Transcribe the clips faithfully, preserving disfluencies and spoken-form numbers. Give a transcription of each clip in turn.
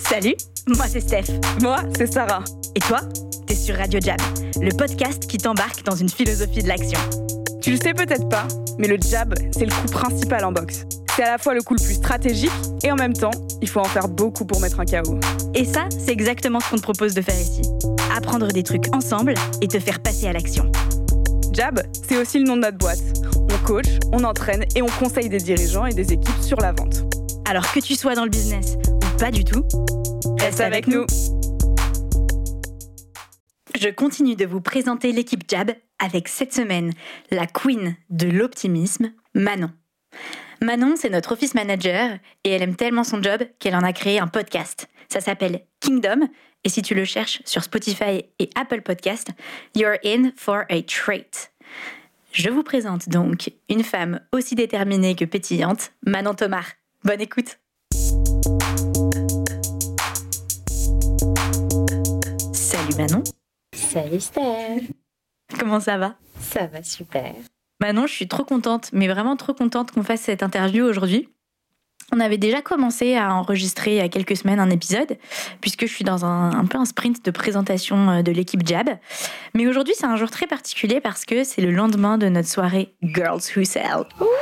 Salut, moi c'est Steph. Moi, c'est Sarah. Et toi, t'es sur Radio Jab, le podcast qui t'embarque dans une philosophie de l'action. Tu le sais peut-être pas, mais le jab, c'est le coup principal en boxe. C'est à la fois le coup le plus stratégique et en même temps, il faut en faire beaucoup pour mettre un K O. Et ça, c'est exactement ce qu'on te propose de faire ici. Apprendre des trucs ensemble et te faire passer à l'action. Jab, c'est aussi le nom de notre boîte. On coach, on entraîne et on conseille des dirigeants et des équipes sur la vente. Alors que tu sois dans le business ou pas du tout, reste avec nous. Je continue de vous présenter l'équipe Jab avec cette semaine la queen de l'optimisme, Manon. Manon, c'est notre office manager et elle aime tellement son job qu'elle en a créé un podcast. Ça s'appelle Kingdom et si tu le cherches sur Spotify et Apple Podcast, you're in for a treat. Je vous présente donc une femme aussi déterminée que pétillante, Manon Thomar. Bonne écoute. Salut Manon. Salut Steph. Comment ça va ? Ça va super. Manon, je suis trop contente, mais vraiment trop contente qu'on fasse cette interview aujourd'hui. On avait déjà commencé à enregistrer il y a quelques semaines un épisode, puisque je suis dans un, un peu un sprint de présentation de l'équipe Jab. Mais aujourd'hui, c'est un jour très particulier parce que c'est le lendemain de notre soirée Girls Who Sell.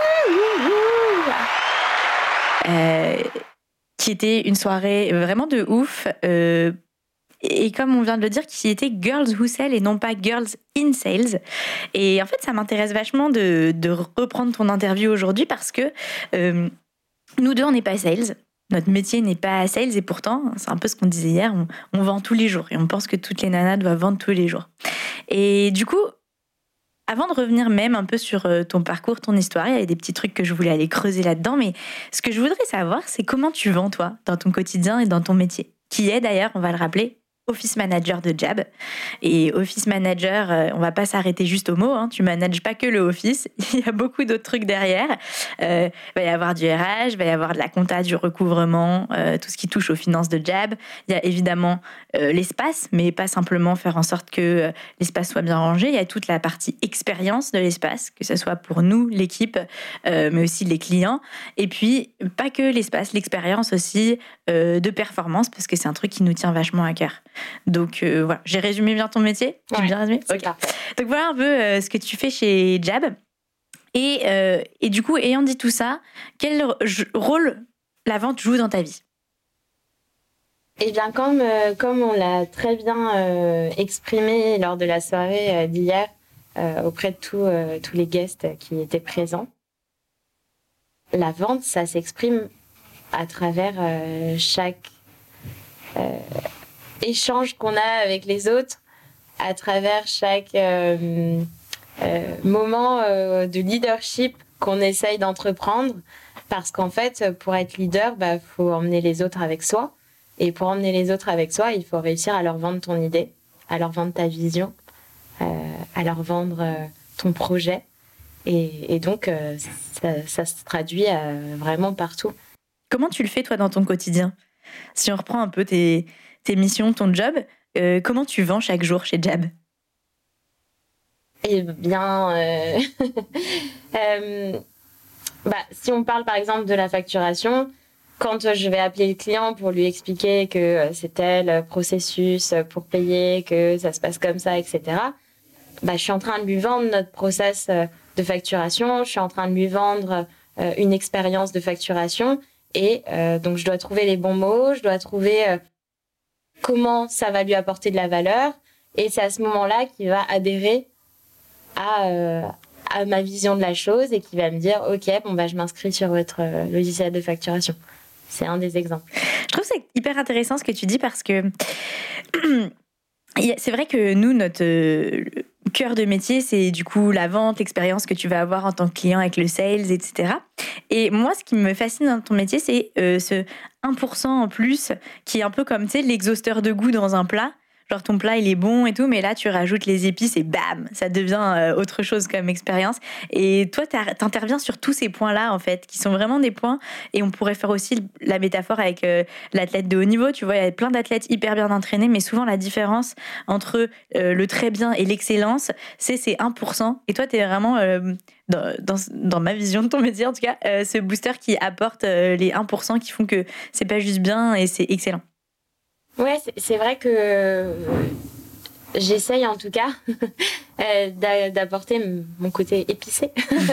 Euh, qui était une soirée vraiment de ouf. Euh, Et comme on vient de le dire, qui était Girls Who Sell et non pas Girls in Sales. Et en fait, ça m'intéresse vachement de, de reprendre ton interview aujourd'hui parce que euh, nous deux, on n'est pas sales. Notre métier n'est pas sales et pourtant, c'est un peu ce qu'on disait hier, on, on vend tous les jours et on pense que toutes les nanas doivent vendre tous les jours. Et du coup, avant de revenir même un peu sur ton parcours, ton histoire, il y avait des petits trucs que je voulais aller creuser là-dedans, mais ce que je voudrais savoir, c'est comment tu vends, toi, dans ton quotidien et dans ton métier, qui est d'ailleurs, on va le rappeler, office manager de Jab. Et office manager, euh, on va pas s'arrêter juste au mot, hein. Tu manages pas que le office, il y a beaucoup d'autres trucs derrière. Euh, il va y avoir du R H, il va y avoir de la compta, du recouvrement, euh, tout ce qui touche aux finances de Jab. Il y a évidemment euh, l'espace, mais pas simplement faire en sorte que euh, l'espace soit bien rangé. Il y a toute la partie expérience de l'espace, que ce soit pour nous, l'équipe, euh, mais aussi les clients. Et puis, pas que l'espace, l'expérience aussi euh, de performance, parce que c'est un truc qui nous tient vachement à cœur. Donc euh, voilà, j'ai résumé bien ton métier. J'ai ouais, bien résumé. C'est okay. ça. Donc voilà un peu euh, ce que tu fais chez Jab. Et, euh, et du coup, ayant dit tout ça, quel rôle la vente joue dans ta vie ? Eh bien, comme, euh, comme on l'a très bien euh, exprimé lors de la soirée euh, d'hier euh, auprès de tout, euh, tous les guests qui étaient présents, la vente, ça s'exprime à travers euh, chaque euh, échange qu'on a avec les autres, à travers chaque euh, euh, moment euh, de leadership qu'on essaye d'entreprendre, parce qu'en fait, pour être leader, bah, faut emmener les autres avec soi, et pour emmener les autres avec soi, il faut réussir à leur vendre ton idée, à leur vendre ta vision, euh, à leur vendre euh, ton projet, et, et donc euh, ça, ça se traduit euh, vraiment partout. Comment tu le fais toi dans ton quotidien ? Si on reprend un peu tes tes missions, ton job, euh, comment tu vends chaque jour chez Jab ? Eh bien, euh... euh, bah, si on parle par exemple de la facturation, quand je vais appeler le client pour lui expliquer que c'est tel processus pour payer, que ça se passe comme ça, et cetera, bah, je suis en train de lui vendre notre process de facturation, je suis en train de lui vendre euh, une expérience de facturation et euh, donc je dois trouver les bons mots, je dois trouver... Euh, comment ça va lui apporter de la valeur, et c'est à ce moment-là qu'il va adhérer à, euh, à ma vision de la chose et qu'il va me dire « Ok, bon, bah, je m'inscris sur votre euh, logiciel de facturation ». C'est un des exemples. Je trouve que c'est hyper intéressant ce que tu dis parce que c'est vrai que nous, notre cœur de métier, c'est du coup la vente, l'expérience que tu vas avoir en tant que client avec le sales, et cetera. Et moi, ce qui me fascine dans ton métier, c'est euh, ce un pour cent en plus qui est un peu comme, tu sais, l'exhausteur de goût dans un plat. Genre ton plat, il est bon et tout, mais là, tu rajoutes les épices et bam, ça devient euh, autre chose comme expérience. Et toi, t'interviens sur tous ces points-là, en fait, qui sont vraiment des points. Et on pourrait faire aussi la métaphore avec euh, l'athlète de haut niveau. Tu vois, il y a plein d'athlètes hyper bien entraînés, mais souvent, la différence entre euh, le très bien et l'excellence, c'est ces un pour cent. Et toi, t'es vraiment, euh, dans, dans, dans ma vision de ton métier, en tout cas, euh, ce booster qui apporte euh, les un pour cent qui font que c'est pas juste bien et c'est excellent. Ouais, c'est, c'est vrai que euh, j'essaye en tout cas euh, d'a- d'apporter m- mon côté épicé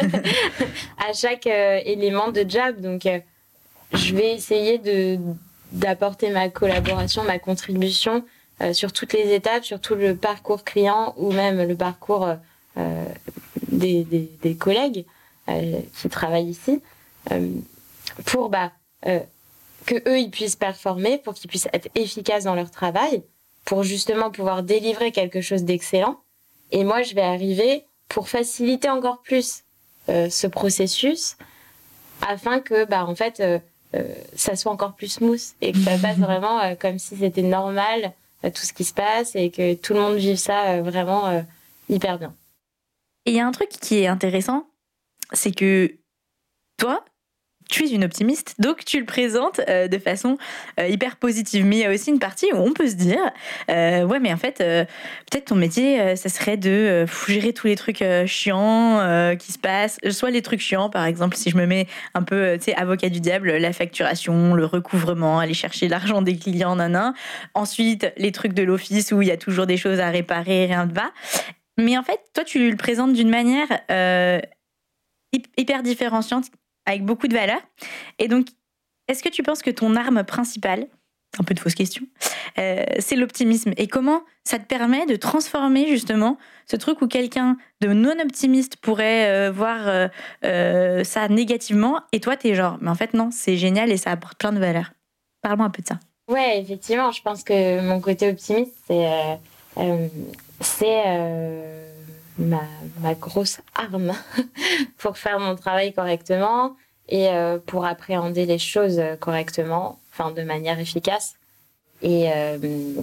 à chaque euh, élément de job. Donc, euh, je vais essayer de, d'apporter ma collaboration, ma contribution euh, sur toutes les étapes, sur tout le parcours client ou même le parcours euh, des, des, des collègues euh, qui travaillent ici euh, pour bah, euh, que eux ils puissent performer, pour qu'ils puissent être efficaces dans leur travail, pour justement pouvoir délivrer quelque chose d'excellent. Et moi, je vais arriver pour faciliter encore plus euh, ce processus afin que bah, en fait, euh, euh, ça soit encore plus smooth et que ça passe vraiment euh, comme si c'était normal, euh, tout ce qui se passe, et que tout le monde vive ça euh, vraiment euh, hyper bien. Et il y a un truc qui est intéressant, c'est que toi, tu es une optimiste, donc tu le présentes euh, de façon euh, hyper positive. Mais il y a aussi une partie où on peut se dire, euh, ouais, mais en fait, euh, peut-être ton métier, euh, ça serait de euh, gérer tous les trucs euh, chiants euh, qui se passent. Soit les trucs chiants, par exemple, si je me mets un peu, euh, tu sais, avocat du diable, la facturation, le recouvrement, aller chercher l'argent des clients, nanan. Ensuite, les trucs de l'office où il y a toujours des choses à réparer, rien ne va. Mais en fait, toi, tu le présentes d'une manière euh, hyper différenciante, avec beaucoup de valeur. Et donc, est-ce que tu penses que ton arme principale, un peu de fausse question, euh, c'est l'optimisme? Et comment ça te permet de transformer justement ce truc où quelqu'un de non-optimiste pourrait euh, voir euh, euh, ça négativement, et toi, t'es genre, mais en fait, non, c'est génial et ça apporte plein de valeur. Parle-moi un peu de ça. Ouais, effectivement, je pense que mon côté optimiste, c'est, euh, euh, c'est euh, ma, ma grosse arme pour faire mon travail correctement et euh, pour appréhender les choses correctement, enfin de manière efficace. Et, euh,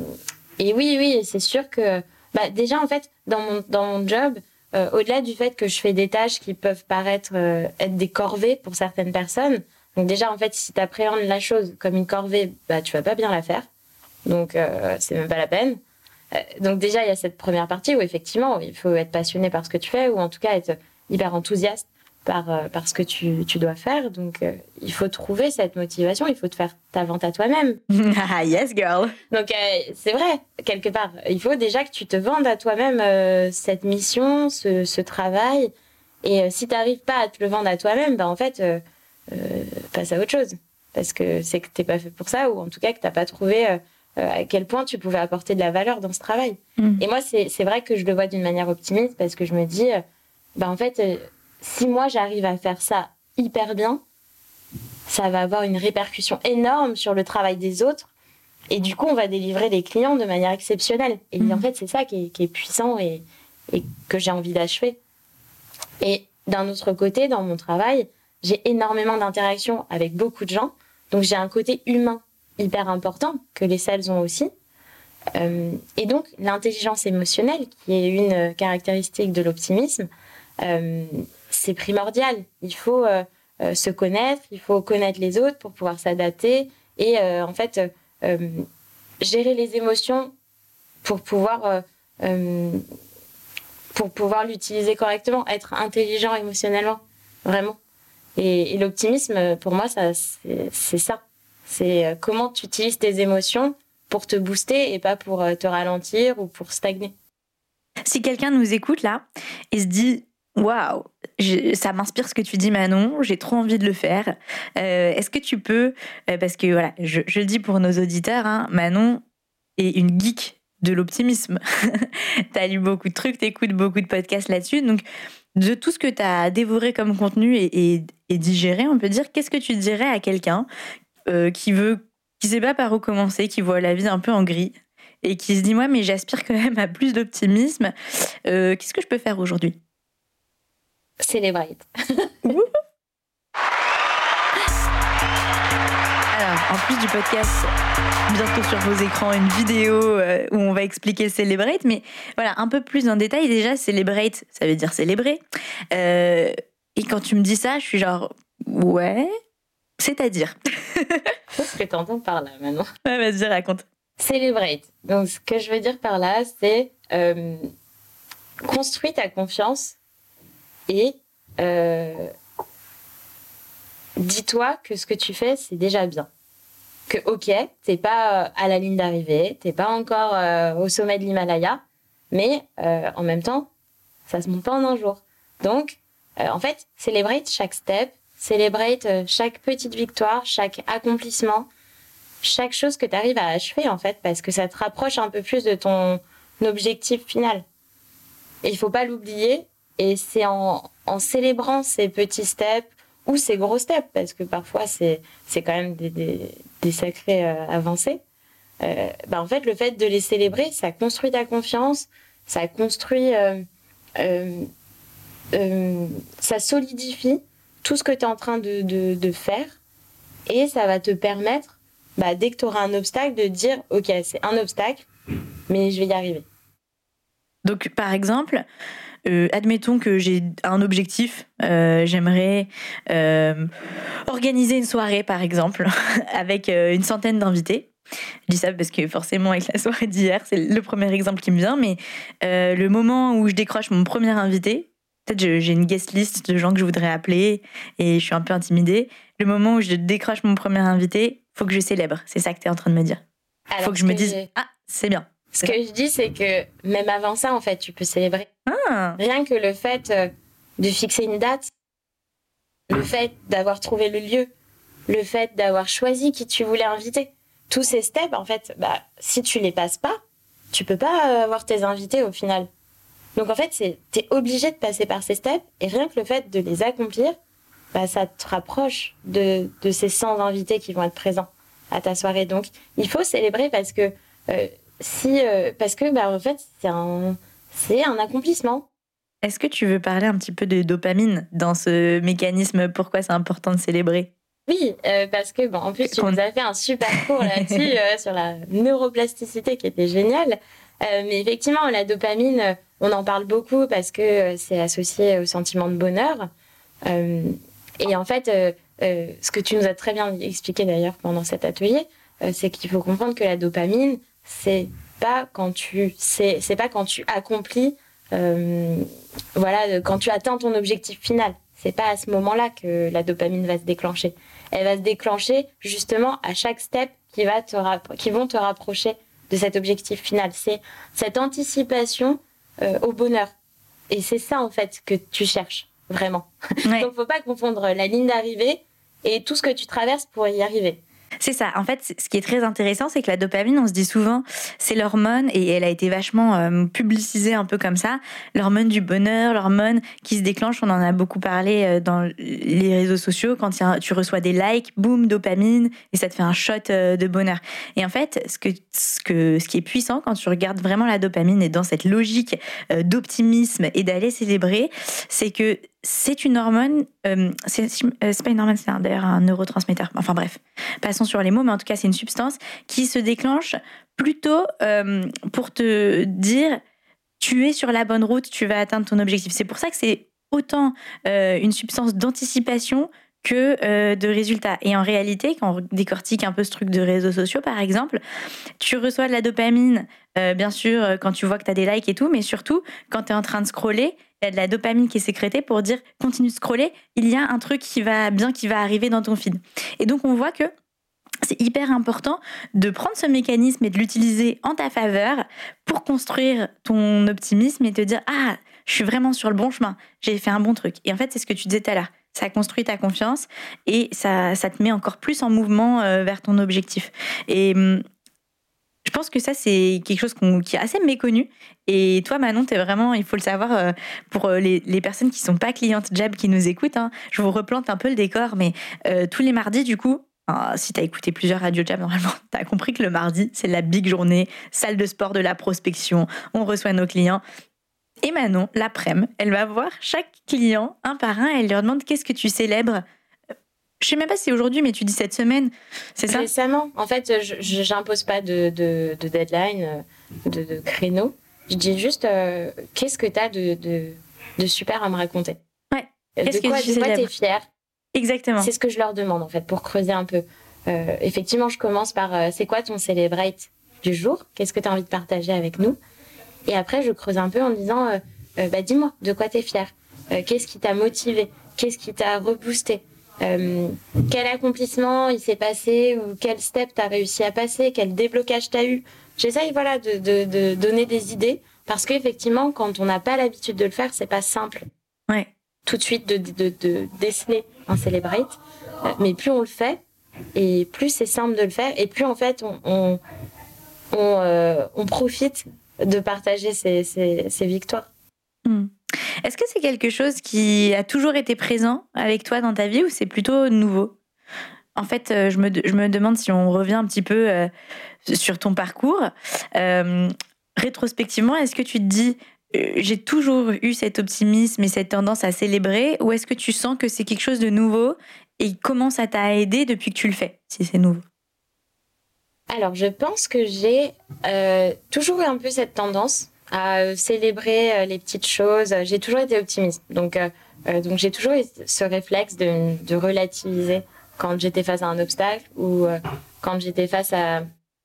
et oui, oui, c'est sûr que bah, déjà, en fait, dans mon, dans mon job, euh, au-delà du fait que je fais des tâches qui peuvent paraître euh, être des corvées pour certaines personnes, donc déjà, en fait, si tu appréhendes la chose comme une corvée, bah, tu vas pas bien la faire. Donc, euh, c'est même pas la peine. Euh, donc déjà, il y a cette première partie où effectivement, il faut être passionné par ce que tu fais, ou en tout cas être hyper enthousiaste par, euh, par ce que tu, tu dois faire. Donc, euh, il faut trouver cette motivation, il faut te faire ta vente à toi-même. Ah, yes, girl. Donc, euh, c'est vrai, quelque part. Il faut déjà que tu te vendes à toi-même euh, cette mission, ce, ce travail. Et euh, si tu n'arrives pas à te le vendre à toi-même, bah, en fait, euh, euh, passe à autre chose. Parce que c'est que tu n'es pas fait pour ça, ou en tout cas que tu n'as pas trouvé euh, à quel point tu pouvais apporter de la valeur dans ce travail. Mm. Et moi, c'est, c'est vrai que je le vois d'une manière optimiste, parce que je me dis, euh, bah, en fait, euh, si moi j'arrive à faire ça hyper bien, ça va avoir une répercussion énorme sur le travail des autres. Et du coup, on va délivrer les clients de manière exceptionnelle. Et mmh. en fait, c'est ça qui est, qui est puissant et, et que j'ai envie d'achever. Et d'un autre côté, dans mon travail, j'ai énormément d'interactions avec beaucoup de gens. Donc, j'ai un côté humain hyper important que les sales ont aussi. Euh, et donc, l'intelligence émotionnelle, qui est une caractéristique de l'optimisme, euh, c'est primordial. Il faut euh, euh, se connaître, il faut connaître les autres pour pouvoir s'adapter. Et euh, en fait... Euh, gérer les émotions pour pouvoir euh, euh, pour pouvoir l'utiliser correctement, être intelligent émotionnellement, vraiment. Et, et l'optimisme, pour moi, ça, c'est, c'est ça. C'est euh, comment tu utilises tes émotions pour te booster et pas pour euh, te ralentir ou pour stagner. Si quelqu'un nous écoute là et se dit waouh, ça m'inspire ce que tu dis, Manon, j'ai trop envie de le faire. Euh, est-ce que tu peux, euh, parce que voilà, je, je le dis pour nos auditeurs, hein, Manon est une geek de l'optimisme. T'as lu beaucoup de trucs, t'écoutes beaucoup de podcasts là-dessus, donc de tout ce que t'as dévoré comme contenu et, et, et digéré, on peut dire, qu'est-ce que tu dirais à quelqu'un euh, qui veut, qui sait pas par où commencer, qui voit la vie un peu en gris et qui se dit moi, mais j'aspire quand même à plus d'optimisme. Euh, qu'est-ce que je peux faire aujourd'hui? Celebrate. Alors, en plus du podcast, bientôt sur vos écrans, une vidéo euh, où on va expliquer le Celebrate, mais voilà, un peu plus en détail. Déjà, Celebrate, ça veut dire célébrer. Euh, et quand tu me dis ça, je suis genre, ouais, c'est-à-dire. Qu'est-ce que t'entends par là, maintenant? Ouais, vas-y, raconte. Celebrate. Donc, ce que je veux dire par là, c'est euh, construis ta confiance et euh, dis-toi que ce que tu fais, c'est déjà bien. que ok, t'es pas euh, à la ligne d'arrivée, t'es pas encore euh, au sommet de l'Himalaya, mais euh, en même temps, ça se monte pas en un jour. Donc, euh, en fait, celebrate chaque step, celebrate euh, chaque petite victoire, chaque accomplissement, chaque chose que tu arrives à achever, en fait, parce que ça te rapproche un peu plus de ton objectif final. Et il faut pas l'oublier, et c'est en, en célébrant ces petits steps ou ces gros steps, parce que parfois, c'est, c'est quand même des, des, des sacrées euh, avancées. Euh, bah en fait, le fait de les célébrer, ça construit ta confiance, ça construit... Euh, euh, euh, ça solidifie tout ce que tu es en train de, de, de faire, et ça va te permettre, bah, dès que tu auras un obstacle, de dire « Ok, c'est un obstacle, mais je vais y arriver ». Donc, par exemple, euh, admettons que j'ai un objectif, euh, j'aimerais euh, organiser une soirée, par exemple, avec euh, une centaine d'invités. Je dis ça parce que forcément, avec la soirée d'hier, c'est le premier exemple qui me vient, mais euh, le moment où je décroche mon premier invité, peut-être je, j'ai une guest list de gens que je voudrais appeler et je suis un peu intimidée. Le moment où je décroche mon premier invité, faut que je célèbre. C'est ça que tu es en train de me dire. Il faut que je me dise « Ah, c'est bien ». Ce que je dis, c'est que même avant ça, en fait, tu peux célébrer. Ah. Rien que le fait de fixer une date, le fait d'avoir trouvé le lieu, le fait d'avoir choisi qui tu voulais inviter. Tous ces steps, en fait, bah, si tu les passes pas, tu peux pas avoir tes invités au final. Donc en fait, c'est, t'es obligé de passer par ces steps, et rien que le fait de les accomplir, bah, ça te rapproche de, de ces cent invités qui vont être présents à ta soirée. Donc il faut célébrer parce que, euh, si, euh, parce que bah, en fait, c'est un, c'est un accomplissement. Est-ce que tu veux parler un petit peu de dopamine dans ce mécanisme? Pourquoi c'est important de célébrer? Oui, euh, parce que bon, en plus, tu nous as fait un super cours là-dessus euh, sur la neuroplasticité qui était génial. Euh, mais effectivement, la dopamine, euh, on en parle beaucoup parce que euh, c'est associé au sentiment de bonheur. Euh, et en fait, euh, euh, ce que tu nous as très bien expliqué d'ailleurs pendant cet atelier, euh, c'est qu'il faut comprendre que la dopamine, c'est pas quand tu, c'est, c'est pas quand tu accomplis, euh, voilà, quand tu atteins ton objectif final. C'est pas à ce moment-là que la dopamine va se déclencher. Elle va se déclencher justement à chaque step qui, va te rapp- qui vont te rapprocher de cet objectif final. C'est cette anticipation euh, au bonheur. Et c'est ça, en fait, que tu cherches, vraiment. Ouais. Donc, faut pas confondre la ligne d'arrivée et tout ce que tu traverses pour y arriver. C'est ça. En fait, ce qui est très intéressant, c'est que la dopamine, on se dit souvent, c'est l'hormone, et elle a été vachement euh, publicisée un peu comme ça, l'hormone du bonheur, l'hormone qui se déclenche, on en a beaucoup parlé euh, dans les réseaux sociaux, quand y a, tu reçois des likes, boum, dopamine, et ça te fait un shot euh, de bonheur. Et en fait, ce, que, ce, que, ce qui est puissant quand tu regardes vraiment la dopamine et dans cette logique euh, d'optimisme et d'aller célébrer, c'est que c'est une hormone, euh, c'est, c'est pas une hormone, c'est un, d'ailleurs un neurotransmetteur. Enfin bref, passons sur les mots, mais en tout cas c'est une substance qui se déclenche plutôt euh, pour te dire tu es sur la bonne route, tu vas atteindre ton objectif. C'est pour ça que c'est autant euh, une substance d'anticipation que euh, de résultats. Et en réalité, quand on décortique un peu ce truc de réseaux sociaux, par exemple, tu reçois de la dopamine, euh, bien sûr, quand tu vois que tu as des likes et tout, mais surtout, quand tu es en train de scroller, il y a de la dopamine qui est sécrétée pour dire « continue de scroller, il y a un truc qui va bien, qui va arriver dans ton feed ». Et donc, on voit que c'est hyper important de prendre ce mécanisme et de l'utiliser en ta faveur pour construire ton optimisme et te dire « ah, je suis vraiment sur le bon chemin, j'ai fait un bon truc ». Et en fait, c'est ce que tu disais tout à l'heure. Ça construit ta confiance et ça, ça te met encore plus en mouvement euh, vers ton objectif. Et hum, je pense que ça, c'est quelque chose qu'on, qui est assez méconnu. Et toi, Manon, t'es vraiment, il faut le savoir, euh, pour les, les personnes qui ne sont pas clientes Jab qui nous écoutent, hein, je vous replante un peu le décor, mais euh, tous les mardis, du coup, hein, si t'as écouté plusieurs radios Jab, normalement, t'as compris que le mardi, c'est la big journée, salle de sport de la prospection, on reçoit nos clients. Et Manon, l'après-midi, elle va voir chaque client un par un et elle leur demande qu'est-ce que tu célèbres. Je sais même pas si c'est aujourd'hui, mais tu dis cette semaine, c'est ça? Récemment. En fait, je, je j'impose pas de, de, de deadline, de, de créneau. Je dis juste euh, qu'est-ce que t'as de, de, de super à me raconter. Ouais. Qu'est-ce de quoi, que tu de quoi célèbres? t'es fière? Exactement. C'est ce que je leur demande en fait pour creuser un peu. Euh, effectivement, je commence par euh, c'est quoi ton celebrate du jour? Qu'est-ce que t'as envie de partager avec nous? Et après, je creuse un peu en disant euh, euh, bah dis-moi de quoi t'es fière? euh, Qu'est-ce qui t'a motivé? Qu'est-ce qui t'a reboosté? euh, quel accomplissement il s'est passé ou quel step tu as réussi à passer, quel déblocage tu as eu. J'essaye voilà, de, de, de donner des idées parce qu'effectivement, quand on n'a pas l'habitude de le faire, c'est pas simple. Ouais. Tout de suite de, de, de déceler un celebrate. Euh, mais plus on le fait, et plus c'est simple de le faire, et plus en fait on, on, on, euh, on profite de partager ces, ces, ces victoires. Mmh. Est-ce que c'est quelque chose qui a toujours été présent avec toi dans ta vie ou c'est plutôt nouveau ? En fait, je me, je me demande si on revient un petit peu euh, sur ton parcours. Euh, rétrospectivement, est-ce que tu te dis euh, j'ai toujours eu cet optimisme et cette tendance à célébrer, ou est-ce que tu sens que c'est quelque chose de nouveau et comment ça t'a aidé depuis que tu le fais, si c'est nouveau ? Alors, je pense que j'ai euh, toujours eu un peu cette tendance à célébrer euh, les petites choses. J'ai toujours été optimiste. Donc, euh, euh, donc j'ai toujours eu ce réflexe de, de relativiser quand j'étais face à un obstacle ou euh, quand j'étais face à,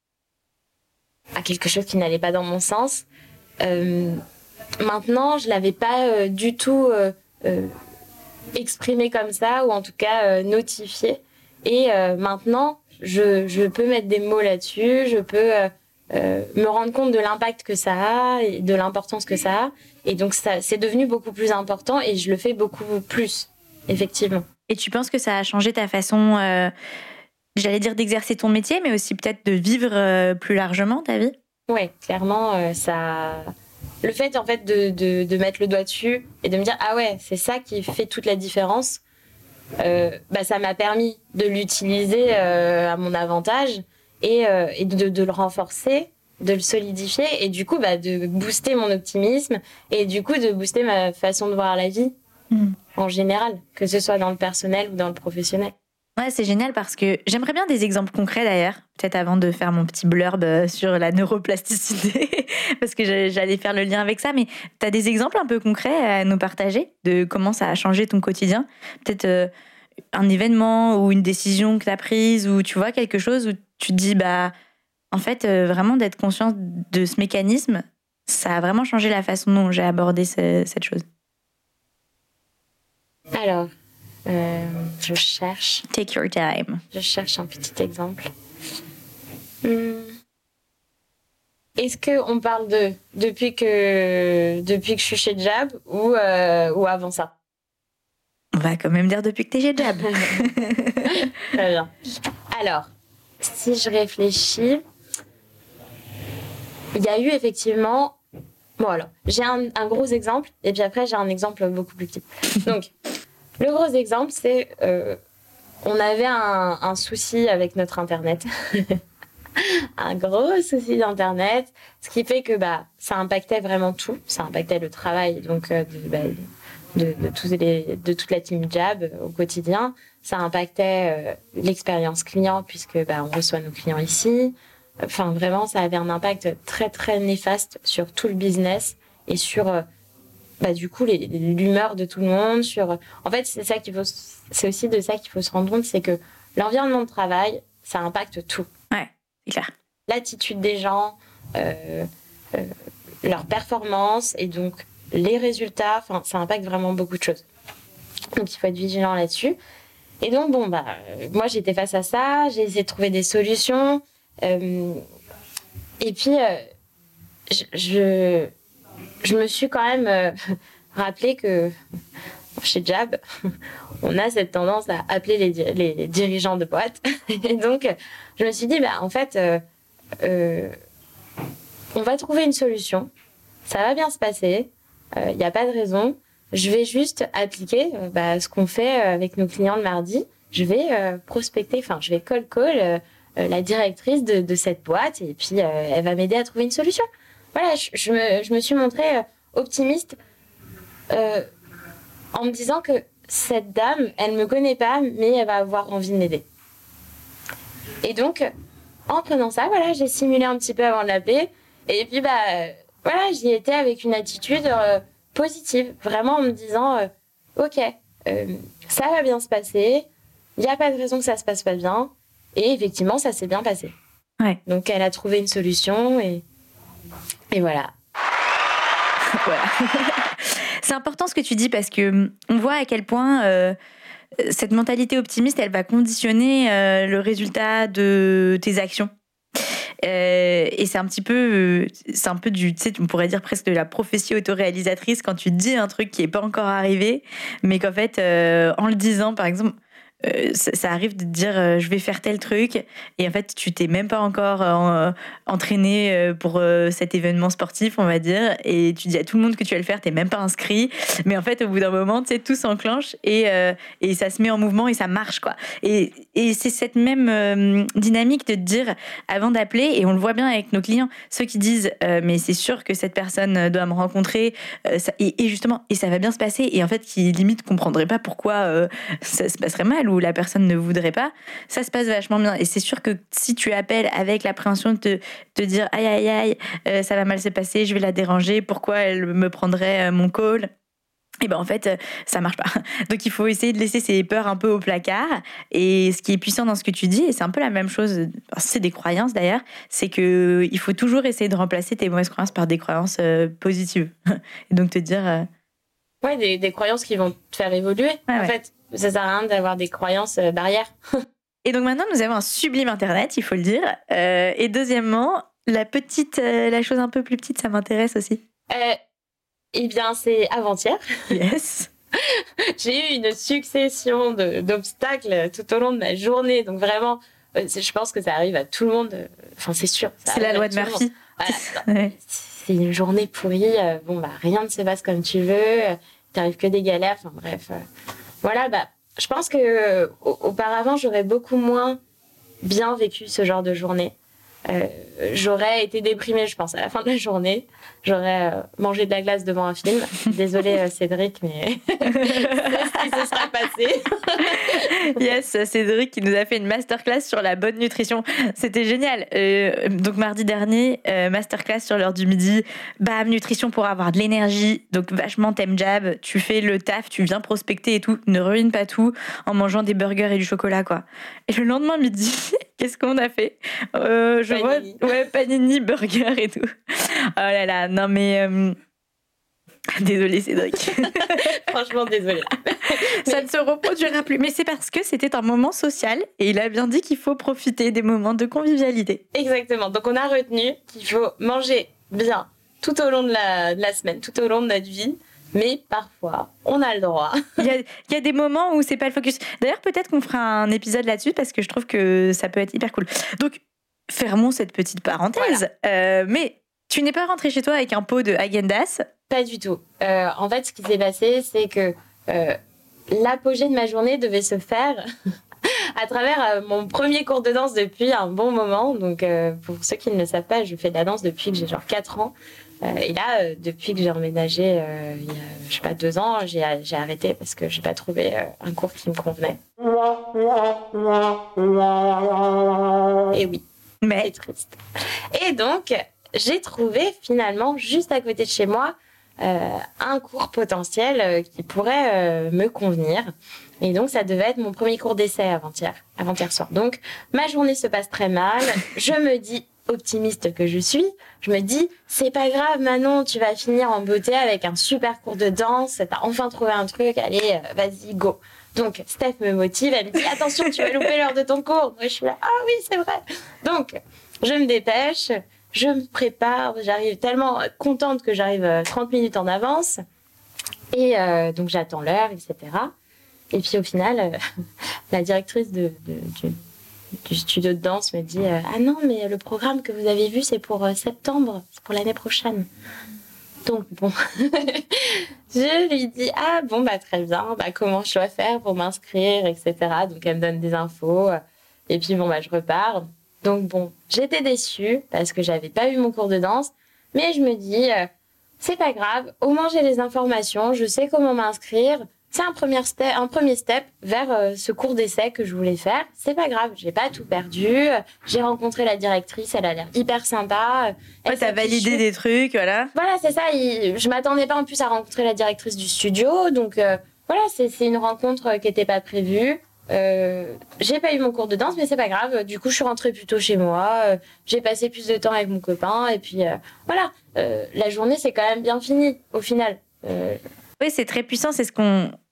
à quelque chose qui n'allait pas dans mon sens. Euh, maintenant, je ne l'avais pas euh, du tout euh, euh, exprimé comme ça, ou en tout cas euh, notifié. Et euh, maintenant, je, je peux mettre des mots là-dessus, je peux euh, euh, me rendre compte de l'impact que ça a et de l'importance que ça a. Et donc, ça, c'est devenu beaucoup plus important et je le fais beaucoup plus, effectivement. Et tu penses que ça a changé ta façon, euh, j'allais dire d'exercer ton métier, mais aussi peut-être de vivre euh, plus largement ta vie ? Oui, clairement, euh, ça... Le fait, en fait, de, de, de mettre le doigt dessus et de me dire « Ah ouais, c'est ça qui fait toute la différence », euh, bah, ça m'a permis de l'utiliser euh, à mon avantage et, euh, et de, de le renforcer, de le solidifier et du coup, bah, de booster mon optimisme et du coup, de booster ma façon de voir la vie mmh. en général, que ce soit dans le personnel ou dans le professionnel. Ouais, c'est génial parce que j'aimerais bien des exemples concrets d'ailleurs, peut-être avant de faire mon petit blurb sur la neuroplasticité, parce que j'allais faire le lien avec ça, mais tu as des exemples un peu concrets à nous partager de comment ça a changé ton quotidien ? Peut-être euh, un événement ou une décision que tu as prise, ou tu vois quelque chose où tu te dis, bah, en fait, euh, vraiment d'être conscient de ce mécanisme, ça a vraiment changé la façon dont j'ai abordé ce, cette chose. Alors... Euh, je cherche. Take your time. Je cherche un petit exemple. Hum. Est-ce qu'on parle de depuis que, depuis que je suis chez Jab ou, euh, ou avant ça ? On va quand même dire depuis que tu es chez Jab. Très bien. Alors, si je réfléchis, il y a eu effectivement... Bon alors, j'ai un, un gros exemple et puis après j'ai un exemple beaucoup plus petit. Donc... Le gros exemple, c'est euh, on avait un, un souci avec notre Internet. Un gros souci d'Internet, ce qui fait que bah, ça impactait vraiment tout. Ça impactait le travail donc, euh, de, bah, de, de, tous les, de toute la team Jab au quotidien. Ça impactait euh, l'expérience client puisque bah, on reçoit nos clients ici. Enfin, vraiment, ça avait un impact très, très néfaste sur tout le business et sur... Euh, Bah, du coup, les, l'humeur de tout le monde. Sur... En fait, c'est, ça qu'il faut, c'est aussi de ça qu'il faut se rendre compte, c'est que l'environnement de travail, ça impacte tout. Ouais, c'est clair. L'attitude des gens, euh, euh, leur performance et donc les résultats, enfin, ça impacte vraiment beaucoup de choses. Donc, il faut être vigilant là-dessus. Et donc, bon, bah, moi, j'étais face à ça, j'ai essayé de trouver des solutions. Euh, et puis, euh, je... je Je me suis quand même euh, rappelé que chez Jab, on a cette tendance à appeler les, di- les dirigeants de boîte. Et donc, je me suis dit, bah, en fait, euh, euh, on va trouver une solution. Ça va bien se passer. Il euh, n'y a pas de raison. Je vais juste appliquer euh, bah, ce qu'on fait avec nos clients le mardi. Je vais euh, prospecter, enfin, je vais call call euh, euh, la directrice de, de cette boîte et puis euh, elle va m'aider à trouver une solution. Voilà, je, je, me, je me suis montrée optimiste euh, en me disant que cette dame, elle ne me connaît pas, mais elle va avoir envie de m'aider. Et donc, en prenant ça, voilà, j'ai simulé un petit peu avant de l'appeler. Et puis, bah, euh, voilà, j'y étais avec une attitude euh, positive, vraiment en me disant euh, ok, euh, ça va bien se passer, il n'y a pas de raison que ça se passe pas bien. Et effectivement, ça s'est bien passé. Ouais. Donc, elle a trouvé une solution et... Et voilà. Voilà. C'est important ce que tu dis parce que on voit à quel point euh, cette mentalité optimiste, elle va conditionner euh, le résultat de tes actions. Euh, et c'est un petit peu, c'est un peu du, tu sais, on pourrait dire presque de la prophétie autoréalisatrice quand tu dis un truc qui est pas encore arrivé, mais qu'en fait, euh, en le disant, par exemple, euh, ça, ça arrive de te dire euh, je vais faire tel truc, et en fait, tu t'es même pas encore euh, entraîné euh, pour euh, cet événement sportif, on va dire, et tu dis à tout le monde que tu vas le faire, t'es même pas inscrit, mais en fait, au bout d'un moment, tu sais, tout s'enclenche et euh, et ça se met en mouvement et ça marche, quoi. Et et c'est cette même euh, dynamique de te dire avant d'appeler, et on le voit bien avec nos clients, ceux qui disent euh, mais c'est sûr que cette personne doit me rencontrer, euh, ça, et, et justement, et ça va bien se passer, et en fait qui limite comprendrait pas pourquoi euh, ça se passerait mal ou la personne ne voudrait pas, ça se passe vachement bien. Et c'est sûr que si tu appelles avec l'appréhension de te, te dire aïe aïe aïe, euh, ça va mal se passer, je vais la déranger, pourquoi elle me prendrait euh, mon call, et ben en fait ça marche pas. Donc il faut essayer de laisser ses peurs un peu au placard. Et ce qui est puissant dans ce que tu dis, et c'est un peu la même chose, c'est des croyances d'ailleurs, c'est que il faut toujours essayer de remplacer tes mauvaises croyances par des croyances euh, positives. Et donc te dire euh... ouais, des, des croyances qui vont te faire évoluer. Ouais, en ouais. fait, ça sert à rien d'avoir des croyances euh, barrières. Et donc maintenant nous avons un sublime internet, il faut le dire. Euh, et deuxièmement, la petite, euh, la chose un peu plus petite, ça m'intéresse aussi. Euh, Eh bien, c'est avant-hier. Yes. J'ai eu une succession de, d'obstacles tout au long de ma journée. Donc vraiment, euh, je pense que ça arrive à tout le monde. Enfin, c'est sûr. C'est la loi de Murphy. Voilà, ouais. C'est une journée pourrie. Euh, bon, bah, rien ne se passe comme tu veux. Euh, t'arrives que des galères. Enfin, bref. Euh, voilà, bah, je pense que euh, auparavant, j'aurais beaucoup moins bien vécu ce genre de journée. Euh, j'aurais été déprimée, je pense, à la fin de la journée. J'aurais euh, mangé de la glace devant un film. Désolée, euh, Cédric, mais c'est ce qui se sera passé. Yes, Cédric qui nous a fait une masterclass sur la bonne nutrition. C'était génial. Euh, donc mardi dernier, euh, masterclass sur l'heure du midi. Bam, nutrition pour avoir de l'énergie. Donc vachement thème jab. Tu fais le taf, tu viens prospecter et tout. Ne ruine pas tout en mangeant des burgers et du chocolat, quoi. Et le lendemain midi, qu'est-ce qu'on a fait euh, je Panini. vois, ouais, panini, burger et tout. Oh là là, non mais... Euh... Désolée Cédric. Franchement, désolée. Ça ne se reproduira plus. Mais c'est parce que c'était un moment social et il a bien dit qu'il faut profiter des moments de convivialité. Exactement. Donc on a retenu qu'il faut manger bien tout au long de la, de la semaine, tout au long de notre vie. Mais parfois, on a le droit. Il y a, il y a des moments où c'est pas le focus. D'ailleurs, peut-être qu'on fera un épisode là-dessus parce que je trouve que ça peut être hyper cool. Donc, fermons cette petite parenthèse. Voilà. Euh, mais tu n'es pas rentrée chez toi avec un pot de Häagen-Dazs ? Pas du tout. Euh, en fait, ce qui s'est passé, c'est que euh, l'apogée de ma journée devait se faire à travers euh, mon premier cours de danse depuis un bon moment. Donc, euh, pour ceux qui ne le savent pas, je fais de la danse depuis que j'ai genre quatre ans. Euh, et là, euh, depuis que j'ai emménagé euh, il y a, je sais pas, deux ans, j'ai, j'ai arrêté parce que j'ai pas trouvé euh, un cours qui me convenait. Et oui, mais c'est triste. Et donc, j'ai trouvé finalement, juste à côté de chez moi, euh, un cours potentiel euh, qui pourrait euh, me convenir. Et donc, ça devait être mon premier cours d'essai avant-hier, avant-hier soir. Donc, ma journée se passe très mal. Je me dis, optimiste que je suis, je me dis, c'est pas grave, Manon, tu vas finir en beauté avec un super cours de danse. T'as enfin trouvé un truc, allez, euh, vas-y, go. Donc, Steph me motive, elle me dit, attention, tu vas louper l'heure de ton cours. Moi, je suis là, ah oui, c'est vrai. Donc, je me dépêche. Je me prépare, j'arrive tellement contente que j'arrive trente minutes en avance. Et euh, donc, j'attends l'heure, et cetera. Et puis, au final, euh, la directrice de, de, du, du studio de danse me dit euh, « Ah non, mais le programme que vous avez vu, c'est pour euh, septembre, c'est pour l'année prochaine. » Donc, bon, je lui dis « Ah bon, bah très bien, bah, comment je dois faire pour m'inscrire, et cetera » Donc, elle me donne des infos. Et puis, bon, bah, je repars. Donc bon, j'étais déçue parce que j'avais pas eu mon cours de danse, mais je me dis, euh, c'est pas grave, au moins j'ai les informations, je sais comment m'inscrire, c'est un premier step, un premier step vers euh, ce cours d'essai que je voulais faire, c'est pas grave, j'ai pas tout perdu, j'ai rencontré la directrice, elle a l'air hyper sympa. Ouais, t'as validé des trucs, voilà. Voilà, c'est ça, il, je m'attendais pas en plus à rencontrer la directrice du studio, donc euh, voilà, c'est, c'est une rencontre qui était pas prévue. Euh, j'ai pas eu mon cours de danse, mais c'est pas grave. Du coup, je suis rentrée plus tôt chez moi. Euh, j'ai passé plus de temps avec mon copain. Et puis, euh, voilà. Euh, la journée, c'est quand même bien fini, au final. Euh... Oui, c'est très puissant. C'est ce qu'on,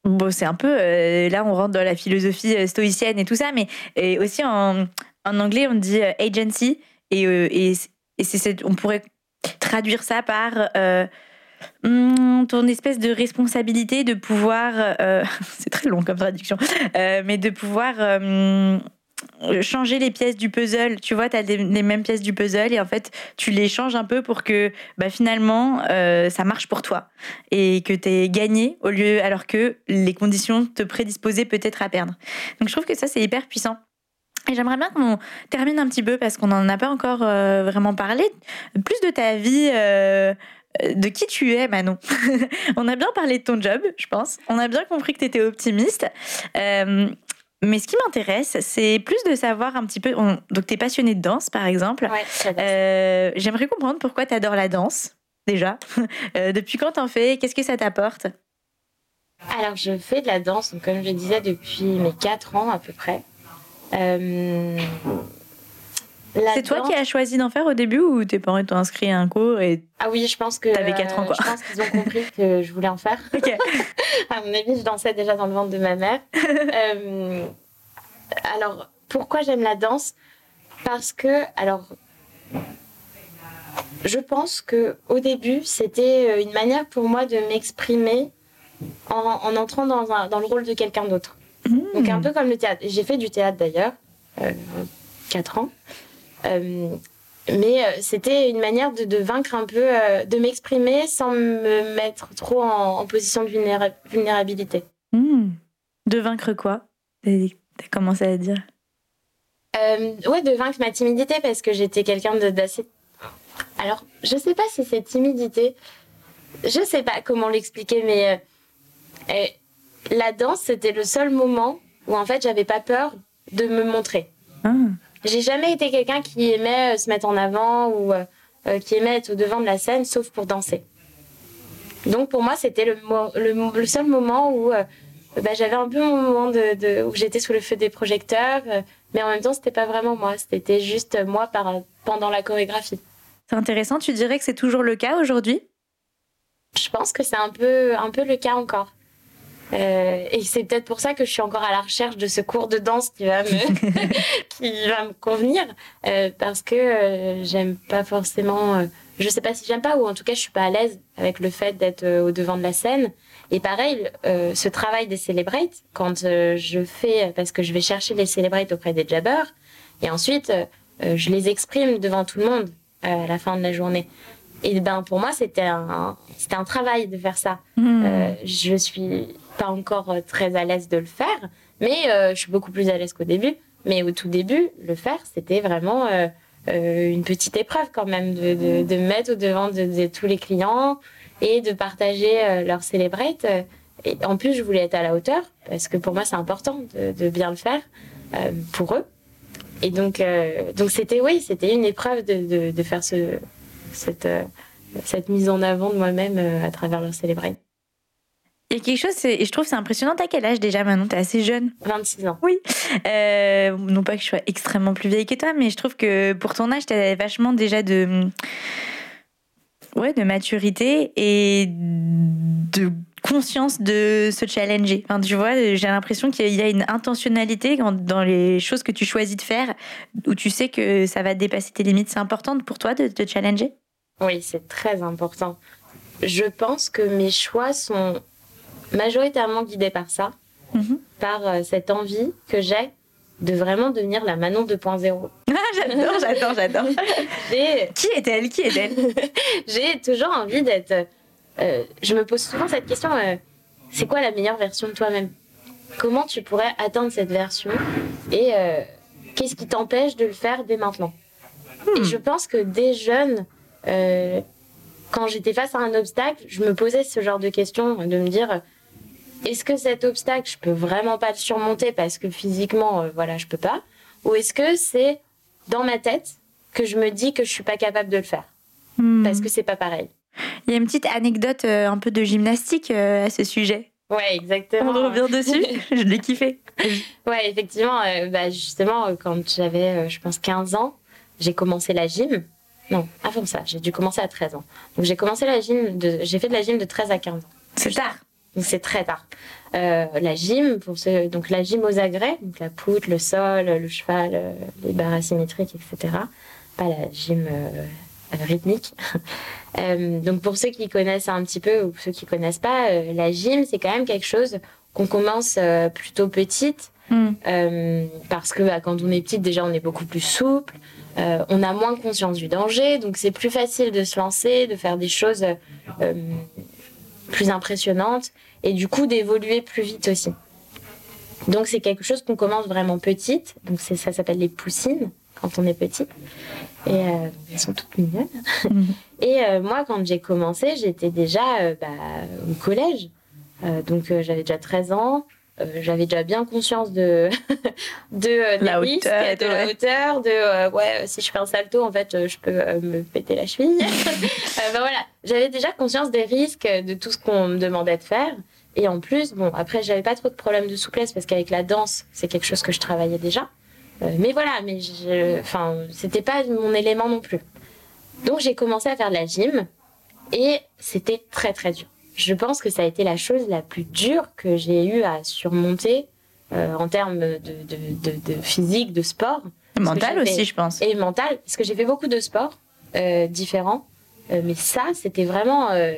Bon, c'est un peu... euh, là, on rentre dans la philosophie euh, stoïcienne et tout ça, mais et aussi en, en anglais, on dit euh, agency, et, euh, et, et c'est cette- on pourrait traduire ça par euh, hum, ton espèce de responsabilité de pouvoir... euh, c'est très long comme traduction, euh, mais de pouvoir... euh, changer les pièces du puzzle. Tu vois, tu as les, les mêmes pièces du puzzle et en fait, tu les changes un peu pour que bah, finalement, euh, ça marche pour toi et que tu aies gagné au lieu, alors que les conditions te prédisposaient peut-être à perdre. Donc, je trouve que ça, c'est hyper puissant. Et j'aimerais bien qu'on termine un petit peu parce qu'on n'en a pas encore euh, vraiment parlé. Plus de ta vie. Euh, de qui tu es, Manon. On a bien parlé de ton job, je pense. On a bien compris que tu étais optimiste. Euh, mais ce qui m'intéresse, c'est plus de savoir un petit peu... On, donc, tu es passionnée de danse, par exemple. Ouais, j'adore. Euh, j'aimerais comprendre pourquoi tu adores la danse, déjà. Euh, depuis quand t'en fais? Qu'est-ce que ça t'apporte? Alors, je fais de la danse, donc, comme je disais, depuis mes quatre ans à peu près. Euh, la C'est toi danse- qui as choisi d'en faire au début ou tes parents t'ont inscrit à un cours et... Ah oui, je pense que T'avais quatre ans, quoi. je pense qu'ils ont compris que je voulais en faire. Ok. À mon avis, je dansais déjà dans le ventre de ma mère. Euh, alors, pourquoi j'aime la danse? Parce que, alors, je pense que au début, c'était une manière pour moi de m'exprimer en, en entrant dans, un, dans le rôle de quelqu'un d'autre. Mmh. Donc un peu comme le théâtre. J'ai fait du théâtre d'ailleurs, euh, quatre ans. Euh, mais euh, c'était une manière de, de vaincre un peu, euh, de m'exprimer sans me mettre trop en, en position de vulnéra- vulnérabilité. Mmh. De vaincre quoi? T'as t'as commencé à dire. Euh, ouais, de vaincre ma timidité parce que j'étais quelqu'un de, d'assez... Alors, je sais pas si c'est timidité. Je sais pas comment l'expliquer, mais euh, euh, la danse, c'était le seul moment où en fait, j'avais pas peur de me montrer. Ah. J'ai jamais été quelqu'un qui aimait se mettre en avant ou euh, qui aimait être au devant de la scène, sauf pour danser. Donc pour moi, c'était le, mo- le, le seul moment où euh, bah, j'avais un peu mon moment de, de, où j'étais sous le feu des projecteurs, euh, mais en même temps, c'était pas vraiment moi. C'était juste moi par, pendant la chorégraphie. C'est intéressant, tu dirais que c'est toujours le cas aujourd'hui? Je pense que c'est un peu, un peu le cas encore. Euh, et c'est peut-être pour ça que je suis encore à la recherche de ce cours de danse qui va me, qui va me convenir. Euh, parce que euh, j'aime pas forcément... Euh, je sais pas si j'aime pas, ou en tout cas je suis pas à l'aise avec le fait d'être euh, au devant de la scène. Et pareil, euh, ce travail des celebrates, quand euh, je fais... Parce que je vais chercher les celebrates auprès des jabbers, et ensuite euh, je les exprime devant tout le monde euh, à la fin de la journée. Et ben pour moi, c'était un, c'était un travail de faire ça. Mmh. Euh, je suis pas encore très à l'aise de le faire, mais euh, je suis beaucoup plus à l'aise qu'au début. Mais au tout début, le faire, c'était vraiment euh, euh, une petite épreuve quand même, de, de, de me mettre au devant de, de tous les clients et de partager euh, leur celebrate. Et en plus, je voulais être à la hauteur, parce que pour moi, c'est important de, de bien le faire euh, pour eux. Et donc, euh, donc c'était, oui, c'était une épreuve de, de, de faire ce... Cette, euh, cette mise en avant de moi-même euh, à travers leur célébrate. Il y a quelque chose, c'est- et je trouve que c'est impressionnant. T'as quel âge déjà, Manon? T'es assez jeune. vingt-six ans. Oui. Euh, non pas que je sois extrêmement plus vieille que toi, mais je trouve que pour ton âge, t'as vachement déjà de, ouais, de maturité et de conscience de se challenger. Enfin, tu vois, j'ai l'impression qu'il y a une intentionnalité dans les choses que tu choisis de faire, où tu sais que ça va dépasser tes limites. C'est important pour toi de te challenger? Oui, c'est très important. Je pense que mes choix sont majoritairement guidés par ça, Mm-hmm. par euh, cette envie que j'ai de vraiment devenir la Manon deux point zéro. Ah, j'adore, j'adore, j'adore. J'ai, Qui est-elle? Qui est-elle? j'ai toujours envie d'être... Euh, je me pose souvent cette question, euh, c'est quoi la meilleure version de toi-même? Comment tu pourrais atteindre cette version? Et euh, qu'est-ce qui t'empêche de le faire dès maintenant? Hmm. Et je pense que dès jeune, euh, quand j'étais face à un obstacle, je me posais ce genre de questions, de me dire... Est-ce que cet obstacle, je peux vraiment pas le surmonter parce que physiquement, euh, voilà, je peux pas? Ou est-ce que c'est dans ma tête que je me dis que je suis pas capable de le faire? Hmm. Parce que c'est pas pareil. Il y a une petite anecdote euh, un peu de gymnastique euh, à ce sujet. Ouais, exactement. On revient dessus. Je l'ai kiffé. Ouais, effectivement, euh, bah, justement, euh, quand j'avais, euh, je pense, quinze ans, j'ai commencé la gym. Non, avant ça, j'ai dû commencer à treize ans. Donc j'ai commencé la gym, de... j'ai fait de la gym de treize à quinze ans. C'est tard. donc c'est très tard. Euh, la gym, pour ceux, donc la gym aux agrès, donc la poutre, le sol, le cheval, euh, les barres asymétriques, et cetera. Pas la gym euh, rythmique. euh, donc pour ceux qui connaissent un petit peu ou ceux qui connaissent pas, euh, la gym, c'est quand même quelque chose qu'on commence euh, plutôt petite. Mm. Euh, parce que bah, quand on est petite, déjà, on est beaucoup plus souple. Euh, on a moins conscience du danger, donc c'est plus facile de se lancer, de faire des choses euh, plus impressionnantes et du coup d'évoluer plus vite aussi. Donc c'est quelque chose qu'on commence vraiment petite, donc c'est, ça s'appelle les poussines quand on est petit. Et euh, elles sont toutes mignonnes. Mmh. Et euh, moi, quand j'ai commencé, j'étais déjà euh, bah, au collège, euh, donc euh, j'avais déjà treize ans. Euh, j'avais déjà bien conscience de de euh, des la risques, hauteur, de ouais. la hauteur, de euh, ouais si je fais un salto en fait euh, je peux euh, me péter la cheville. euh, ben voilà, j'avais déjà conscience des risques, de tout ce qu'on me demandait de faire. Et en plus, bon après j'avais pas trop de problèmes de souplesse parce qu'avec la danse c'est quelque chose que je travaillais déjà. Euh, mais voilà, mais enfin c'était pas mon élément non plus. Donc j'ai commencé à faire de la gym et c'était très très dur. Je pense que ça a été la chose la plus dure que j'ai eu à surmonter euh, en termes de, de, de, de physique, de sport. Mental aussi, je pense. Et mental, parce que j'ai fait beaucoup de sports euh, différents. Euh, mais ça, c'était vraiment euh,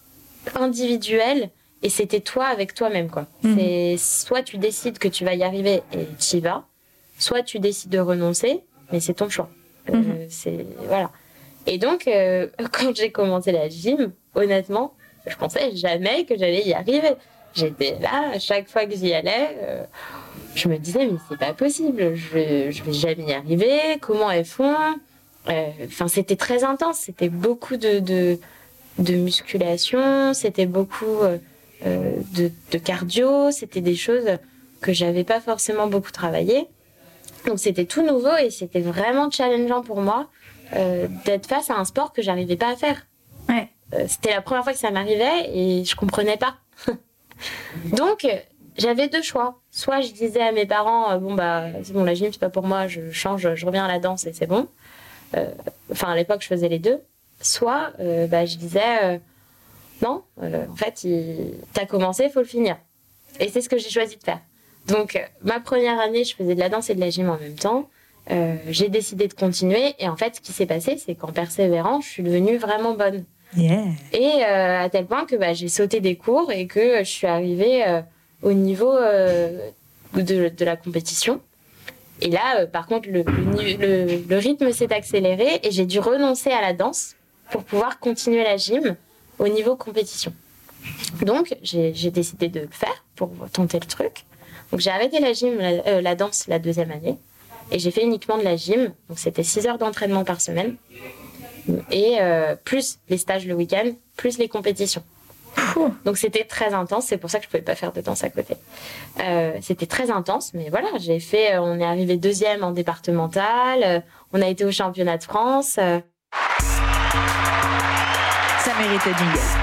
individuel et c'était toi avec toi-même, quoi. Mmh. C'est soit tu décides que tu vas y arriver et tu y vas, soit tu décides de renoncer, mais c'est ton choix. Euh, mmh. c'est, voilà. Et donc, euh, quand j'ai commencé la gym, honnêtement, je pensais jamais que j'allais y arriver. J'étais là, à chaque fois que j'y allais, euh, je me disais, mais c'est pas possible, je, je vais jamais y arriver, comment elles font ? Enfin, euh, c'était très intense, c'était beaucoup de, de, de musculation, c'était beaucoup euh, de, de cardio, c'était des choses que j'avais pas forcément beaucoup travaillé. Donc c'était tout nouveau et c'était vraiment challengeant pour moi euh, d'être face à un sport que j'arrivais pas à faire. Ouais. C'était la première fois que ça m'arrivait et je comprenais pas. Donc, j'avais deux choix. Soit je disais à mes parents, bon bah c'est bon, la gym c'est pas pour moi, je change, je reviens à la danse et c'est bon. Euh, enfin, à l'époque, je faisais les deux. Soit euh, bah, je disais, euh, non, euh, en fait, il... t'as commencé, il faut le finir. Et c'est ce que j'ai choisi de faire. Donc, ma première année, je faisais de la danse et de la gym en même temps. Euh, j'ai décidé de continuer. Et en fait, ce qui s'est passé, c'est qu'en persévérant, je suis devenue vraiment bonne. Yeah. Et euh, à tel point que bah, j'ai sauté des cours et que je suis arrivée euh, au niveau euh, de, de la compétition. Et là, euh, par contre, le, le, le, le rythme s'est accéléré et j'ai dû renoncer à la danse pour pouvoir continuer la gym au niveau compétition. Donc, j'ai, j'ai décidé de le faire pour tenter le truc. Donc, j'ai arrêté la gym, la, euh, la danse la deuxième année et j'ai fait uniquement de la gym. Donc, c'était six heures d'entraînement par semaine. Et euh, plus les stages le week-end, plus les compétitions. Ouh. Donc c'était très intense, c'est pour ça que je pouvais pas faire de danse à côté. Euh, c'était très intense, mais voilà, j'ai fait, on est arrivé deuxième en départemental, euh, on a été au championnat de France. Euh... Ça méritait du jingle.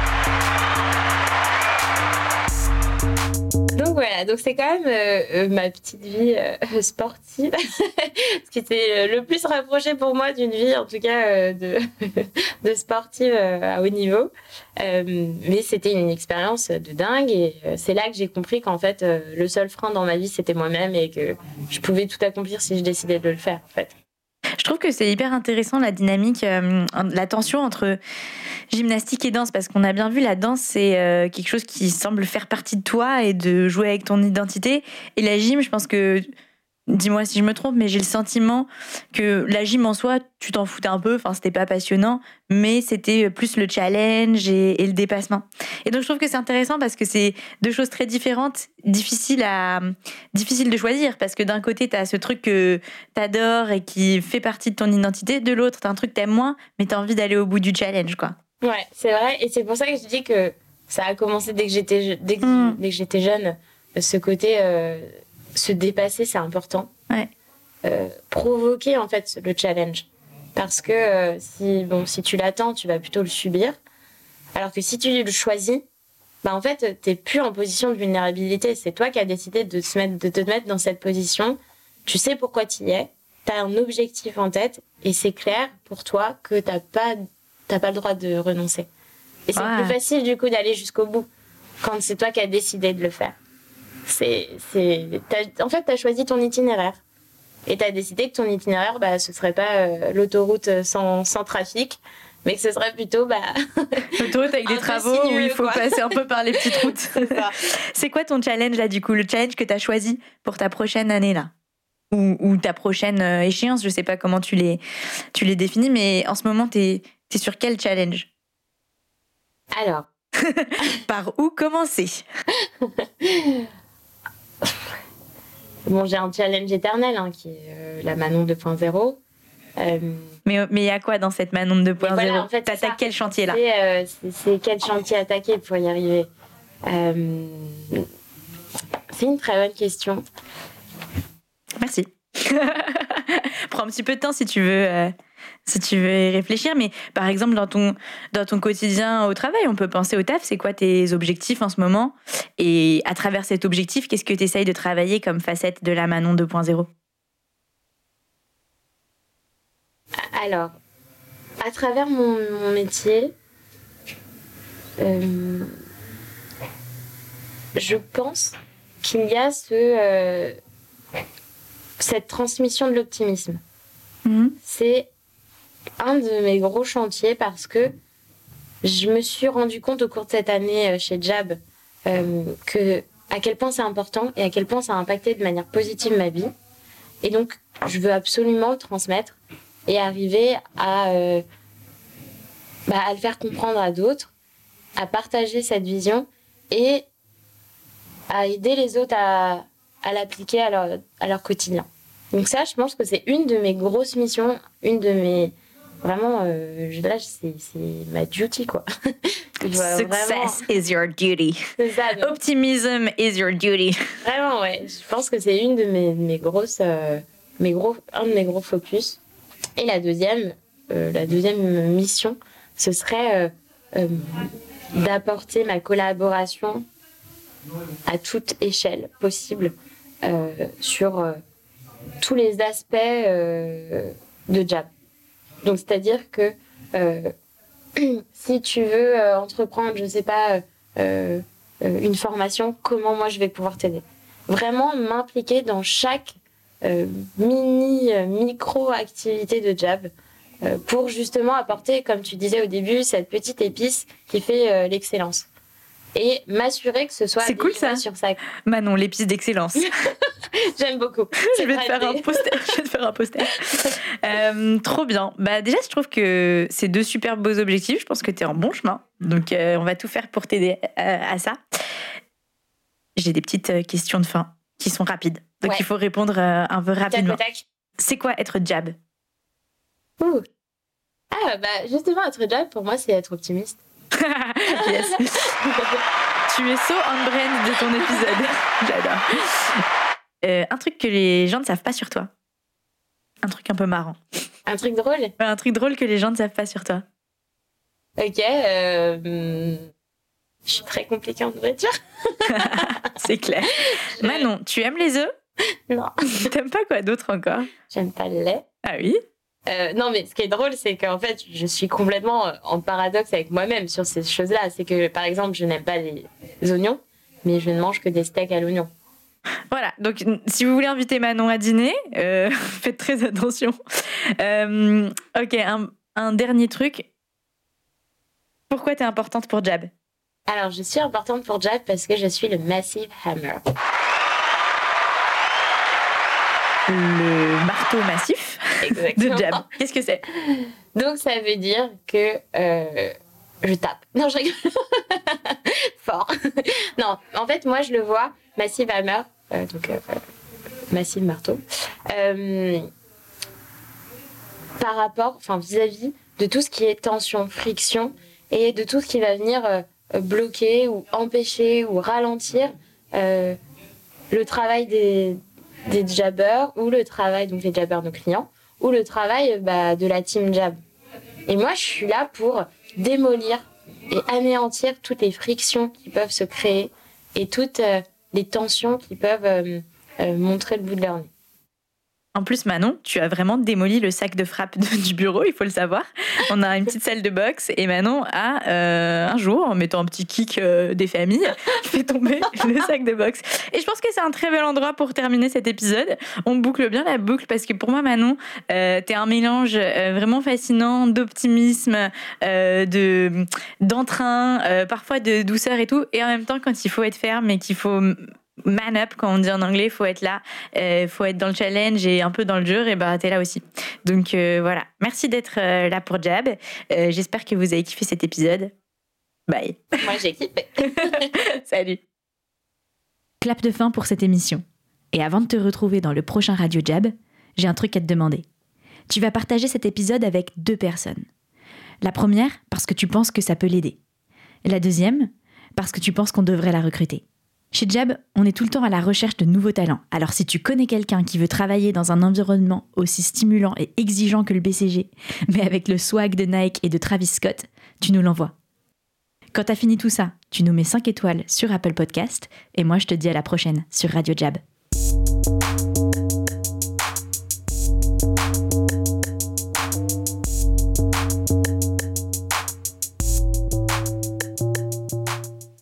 Donc voilà, donc c'est quand même euh, euh, ma petite vie euh, sportive, ce qui était le plus rapproché pour moi d'une vie, en tout cas euh, de, de sportive euh, à haut niveau. Euh, mais c'était une expérience de dingue et euh, c'est là que j'ai compris qu'en fait euh, le seul frein dans ma vie c'était moi-même et que je pouvais tout accomplir si je décidais de le faire en fait. Je trouve que c'est hyper intéressant la dynamique, euh, la tension entre gymnastique et danse, parce qu'on a bien vu la danse c'est euh, quelque chose qui semble faire partie de toi et de jouer avec ton identité. Et la gym, je pense que, dis-moi si je me trompe, mais j'ai le sentiment que la gym en soi, tu t'en foutais un peu, enfin c'était pas passionnant, mais c'était plus le challenge et, et le dépassement. Et donc je trouve que c'est intéressant parce que c'est deux choses très différentes, difficiles à difficiles de choisir, parce que d'un côté t'as ce truc que t'adores et qui fait partie de ton identité, de l'autre t'as un truc que t'aimes moins, mais t'as envie d'aller au bout du challenge, quoi. Ouais, c'est vrai, et c'est pour ça que je dis que ça a commencé dès que j'étais dès que, mmh. dès que j'étais jeune, ce côté euh, se dépasser, c'est important. Ouais. Euh, provoquer en fait le challenge, parce que euh, si bon si tu l'attends, tu vas plutôt le subir, alors que si tu le choisis, bah en fait t'es plus en position de vulnérabilité. C'est toi qui as décidé de te mettre de te mettre dans cette position. Tu sais pourquoi tu y es, t'as un objectif en tête et c'est clair pour toi que t'as pas t'as pas le droit de renoncer. Et c'est ouais. plus facile du coup d'aller jusqu'au bout. quand c'est toi qui as décidé de le faire. C'est, c'est, en fait, tu as choisi ton itinéraire. Et tu as décidé que ton itinéraire, bah, ce serait pas euh, l'autoroute sans, sans trafic, mais que ce serait plutôt bah, l'autoroute avec des travaux sinueux, où il faut quoi. passer un peu par les petites routes. C'est ça. C'est quoi ton challenge là, du coup, le challenge que tu as choisi pour ta prochaine année là, ou, ou ta prochaine euh, échéance? Je sais pas comment tu les, tu les définis, mais en ce moment, tu es sur quel challenge? Alors. Par où commencer? Bon, j'ai un challenge éternel hein, qui est euh, la Manon deux point zéro. Euh... Mais il y a quoi dans cette Manon deux point zéro? Voilà, en fait, t'attaques quel chantier là? C'est, euh, c'est, c'est quel chantier attaquer pour y arriver? euh... C'est une très bonne question. Merci. Prends un petit peu de temps si tu veux, euh, si tu veux y réfléchir. Mais par exemple, dans ton, dans ton quotidien au travail, on peut penser au taf. C'est quoi tes objectifs en ce moment? Et à travers cet objectif, qu'est-ce que tu essayes de travailler comme facette de la Manon deux point zéro? Alors, à travers mon, mon métier, euh, je pense qu'il y a ce, euh, cette transmission de l'optimisme. Mmh. C'est un de mes gros chantiers parce que je me suis rendu compte au cours de cette année chez Jab euh, que à quel point c'est important et à quel point ça a impacté de manière positive ma vie. Et donc, je veux absolument le transmettre et arriver à, euh, bah, à le faire comprendre à d'autres, à partager cette vision et à aider les autres à, à l'appliquer à leur, à leur quotidien. Donc ça, je pense que c'est une de mes grosses missions, une de mes... Vraiment, euh, là, c'est, c'est ma duty, quoi. Success vraiment... is your duty. C'est ça. Donc... Optimism is your duty. Vraiment, ouais. Je pense que c'est une de mes, mes grosses... Euh, mes gros, un de mes gros focus. Et la deuxième, euh, la deuxième mission, ce serait euh, euh, d'apporter ma collaboration à toute échelle possible euh, sur euh, tous les aspects euh, de Jab. Donc, c'est-à-dire que euh, si tu veux euh, entreprendre, je sais pas, euh, euh, une formation, comment moi je vais pouvoir t'aider? Vraiment m'impliquer dans chaque euh, mini, euh, micro-activité de Jab euh, pour justement apporter, comme tu disais au début, cette petite épice qui fait euh, l'excellence. Et m'assurer que ce soit... C'est cool ça. Sur ça. Manon, l'épice d'excellence. J'aime beaucoup. Je vais, te faire un poster. je vais te faire un poster. euh, trop bien. Bah, déjà, je trouve que c'est deux super beaux objectifs. Je pense que tu es en bon chemin. Donc, euh, on va tout faire pour t'aider à, à ça. J'ai des petites questions de fin qui sont rapides. Donc, ouais. Il faut répondre euh, un peu rapidement. Tac, tac. C'est quoi être Jab? Ouh. Ah, bah, justement, être Jab, pour moi, c'est être optimiste. Yes. Tu es so on-brand de ton épisode. J'adore. Euh, un truc que les gens ne savent pas sur toi. Un truc un peu marrant. Un truc drôle? Un truc drôle que les gens ne savent pas sur toi. Ok. Euh... Je suis très compliquée en nourriture. C'est clair. Je... Manon, tu aimes les œufs? Non. T'aimes pas quoi d'autre encore? J'aime pas le lait. Ah oui? Euh, non, mais ce qui est drôle, c'est qu'en fait, je suis complètement en paradoxe avec moi-même sur ces choses-là. C'est que, par exemple, je n'aime pas les oignons, mais je ne mange que des steaks à l'oignon. Voilà, donc si vous voulez inviter Manon à dîner, euh, faites très attention. Euh, ok, un, un dernier truc. Pourquoi t'es importante pour Jab? Alors, je suis importante pour Jab parce que je suis le Massive Hammer. Le marteau massif de Jab. Qu'est-ce que c'est? Donc, ça veut dire que euh, je tape. Non, je rigole. Fort. Non, en fait, moi, je le vois, Massive Hammer, euh, donc euh, Massive Marteau, euh, par rapport, enfin, vis-à-vis de tout ce qui est tension, friction, et de tout ce qui va venir euh, bloquer ou empêcher ou ralentir euh, le travail des... des jabbers ou le travail, donc les jabbers nos clients, ou le travail bah, de la team Jab. Et moi, je suis là pour démolir et anéantir toutes les frictions qui peuvent se créer et toutes euh, les tensions qui peuvent euh, euh, montrer le bout de leur nez. En plus, Manon, tu as vraiment démoli le sac de frappe de, du bureau, il faut le savoir. On a une petite salle de boxe et Manon a, euh, un jour, en mettant un petit kick euh, des familles, fait tomber le sac de boxe. Et je pense que c'est un très bel endroit pour terminer cet épisode. On boucle bien la boucle parce que pour moi, Manon, euh, t'es un mélange euh, vraiment fascinant d'optimisme, euh, de, d'entrain, euh, parfois de douceur et tout. Et en même temps, quand il faut être ferme et qu'il faut... man up, quand on dit en anglais, faut être là, euh, faut être dans le challenge et un peu dans le dur, et bah t'es là aussi. Donc euh, voilà, merci d'être euh, là pour Jab. Euh, j'espère que vous avez kiffé cet épisode. Bye. Moi j'ai kiffé. Salut. Clap de fin pour cette émission. Et avant de te retrouver dans le prochain Radio Jab, j'ai un truc à te demander. Tu vas partager cet épisode avec deux personnes. La première, parce que tu penses que ça peut l'aider. La deuxième, parce que tu penses qu'on devrait la recruter. Chez Jab, on est tout le temps à la recherche de nouveaux talents. Alors si tu connais quelqu'un qui veut travailler dans un environnement aussi stimulant et exigeant que le B C G, mais avec le swag de Nike et de Travis Scott, tu nous l'envoies. Quand t'as fini tout ça, tu nous mets cinq étoiles sur Apple Podcast et moi je te dis à la prochaine sur Radio Jab.